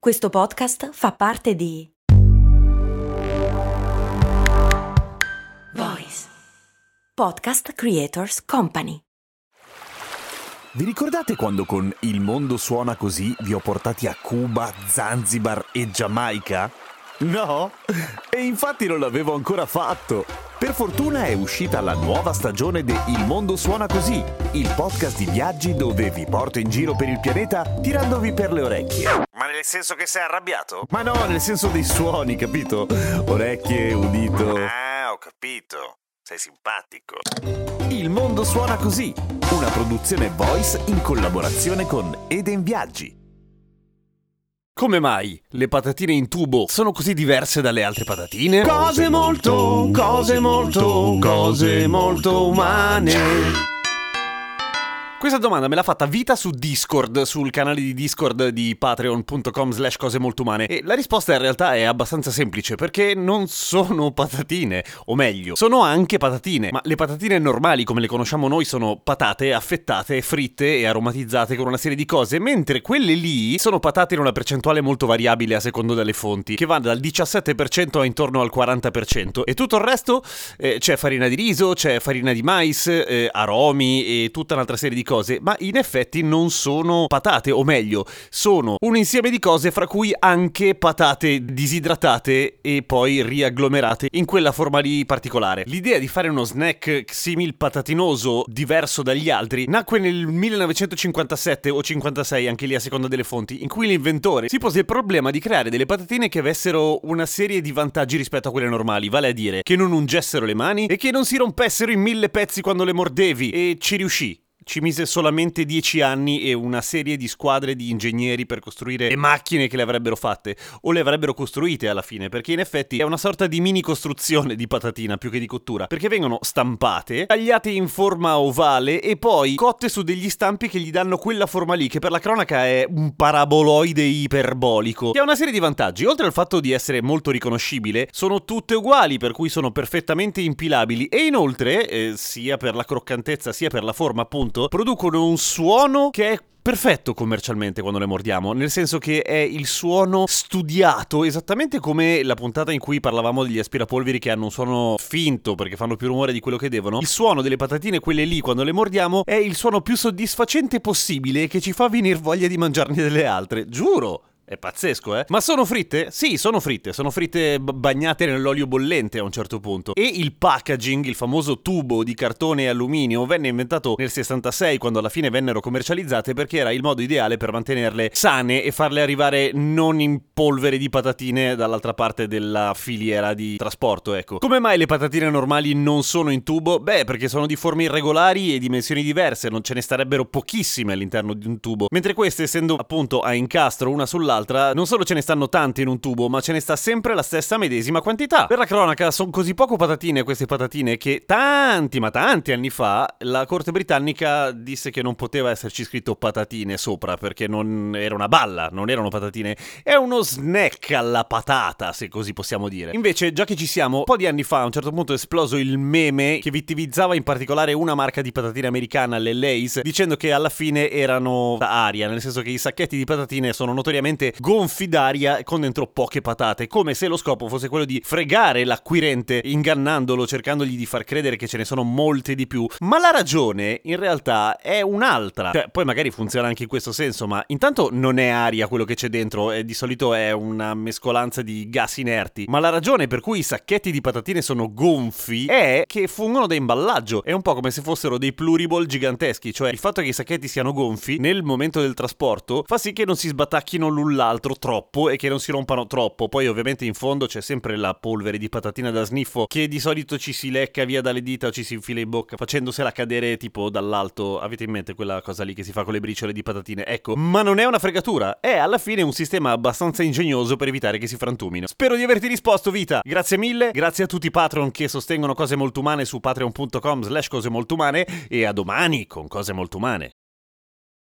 Questo podcast fa parte di Voice Podcast Creators Company. Vi ricordate quando con Il mondo suona così vi ho portati a Cuba, Zanzibar e Giamaica? No? E infatti non l'avevo ancora fatto. Per fortuna è uscita la nuova stagione di Il mondo suona così, il podcast di viaggi dove vi porto in giro per il pianeta tirandovi per le orecchie. Ma nel senso che sei arrabbiato? Ma no, nel senso dei suoni, capito? Orecchie, udito. Ah, ho capito. Sei simpatico. Il mondo suona così, una produzione Voice in collaborazione con Eden Viaggi. Come mai le patatine in tubo sono così diverse dalle altre patatine? Cose molto umane. Questa domanda me l'ha fatta Vita su Discord, sul canale di Discord di patreon.com/cose molto umane, e la risposta in realtà è abbastanza semplice, perché non sono patatine, o meglio, sono anche patatine, ma le patatine normali come le conosciamo noi sono patate affettate, fritte e aromatizzate con una serie di cose, mentre quelle lì sono patate in una percentuale molto variabile a secondo delle fonti, che va dal 17% a intorno al 40%, e tutto il resto c'è farina di riso, c'è farina di mais, aromi e tutta un'altra serie di cose, ma in effetti non sono patate, o meglio, sono un insieme di cose fra cui anche patate disidratate e poi riagglomerate in quella forma lì particolare. L'idea di fare uno snack simil patatinoso diverso dagli altri nacque nel 1957 o 56, anche lì a seconda delle fonti, in cui l'inventore si pose il problema di creare delle patatine che avessero una serie di vantaggi rispetto a quelle normali, vale a dire che non ungessero le mani e che non si rompessero in 1000 pezzi quando le mordevi, e ci riuscì. Ci mise solamente 10 anni e una serie di squadre di ingegneri per costruire le macchine che le avrebbero fatte, o le avrebbero costruite alla fine, perché in effetti è una sorta di mini costruzione di patatina più che di cottura, perché vengono stampate, tagliate in forma ovale e poi cotte su degli stampi che gli danno quella forma lì, che per la cronaca è un paraboloide iperbolico, che ha una serie di vantaggi. Oltre al fatto di essere molto riconoscibile, sono tutte uguali, per cui sono perfettamente impilabili, e inoltre, sia per la croccantezza sia per la forma, appunto, producono un suono che è perfetto commercialmente quando le mordiamo, nel senso che è il suono studiato, esattamente come la puntata in cui parlavamo degli aspirapolveri che hanno un suono finto perché fanno più rumore di quello che devono. Il suono delle patatine, quelle lì, quando le mordiamo, è il suono più soddisfacente possibile e che ci fa venire voglia di mangiarne delle altre, giuro! È pazzesco, eh? Ma sono fritte? Sì, sono fritte bagnate nell'olio bollente a un certo punto. E il packaging, il famoso tubo di cartone e alluminio, venne inventato nel 66, quando alla fine vennero commercializzate, perché era il modo ideale per mantenerle sane e farle arrivare non in polvere di patatine dall'altra parte della filiera di trasporto, ecco. Come mai le patatine normali non sono in tubo? Beh, perché sono di forme irregolari e dimensioni diverse, non ce ne starebbero pochissime all'interno di un tubo, mentre queste, essendo appunto a incastro una sull'altra, non solo ce ne stanno tante in un tubo, ma ce ne sta sempre la stessa medesima quantità. Per la cronaca, sono così poco patatine queste patatine che tanti anni fa la corte britannica disse che non poteva esserci scritto patatine sopra, perché non era una balla, non erano patatine, è uno snack alla patata, se così possiamo dire. Invece, già che ci siamo, un po' di anni fa a un certo punto è esploso il meme che vittimizzava in particolare una marca di patatine americana, le Lay's, dicendo che alla fine erano aria, nel senso che i sacchetti di patatine sono notoriamente gonfi d'aria con dentro poche patate, come se lo scopo fosse quello di fregare l'acquirente ingannandolo, cercandogli di far credere che ce ne sono molte di più. Ma la ragione in realtà è un'altra, cioè poi magari funziona anche in questo senso, ma intanto non è aria quello che c'è dentro, e di solito è una mescolanza di gas inerti. Ma la ragione per cui i sacchetti di patatine sono gonfi è che fungono da imballaggio, è un po' come se fossero dei pluriball giganteschi, cioè il fatto che i sacchetti siano gonfi nel momento del trasporto fa sì che non si sbatacchino l'un l'altro troppo e che non si rompano troppo. Poi ovviamente in fondo c'è sempre la polvere di patatina da sniffo, che di solito ci si lecca via dalle dita o ci si infila in bocca facendosela cadere tipo dall'alto. Avete in mente quella cosa lì che si fa con le briciole di patatine? Ecco, ma non è una fregatura, è alla fine un sistema abbastanza ingegnoso per evitare che si frantumino. Spero di averti risposto, Vita, grazie mille, grazie a tutti i Patreon che sostengono Cose Molto Umane su patreon.com/cose molto umane, e a domani con Cose Molto Umane.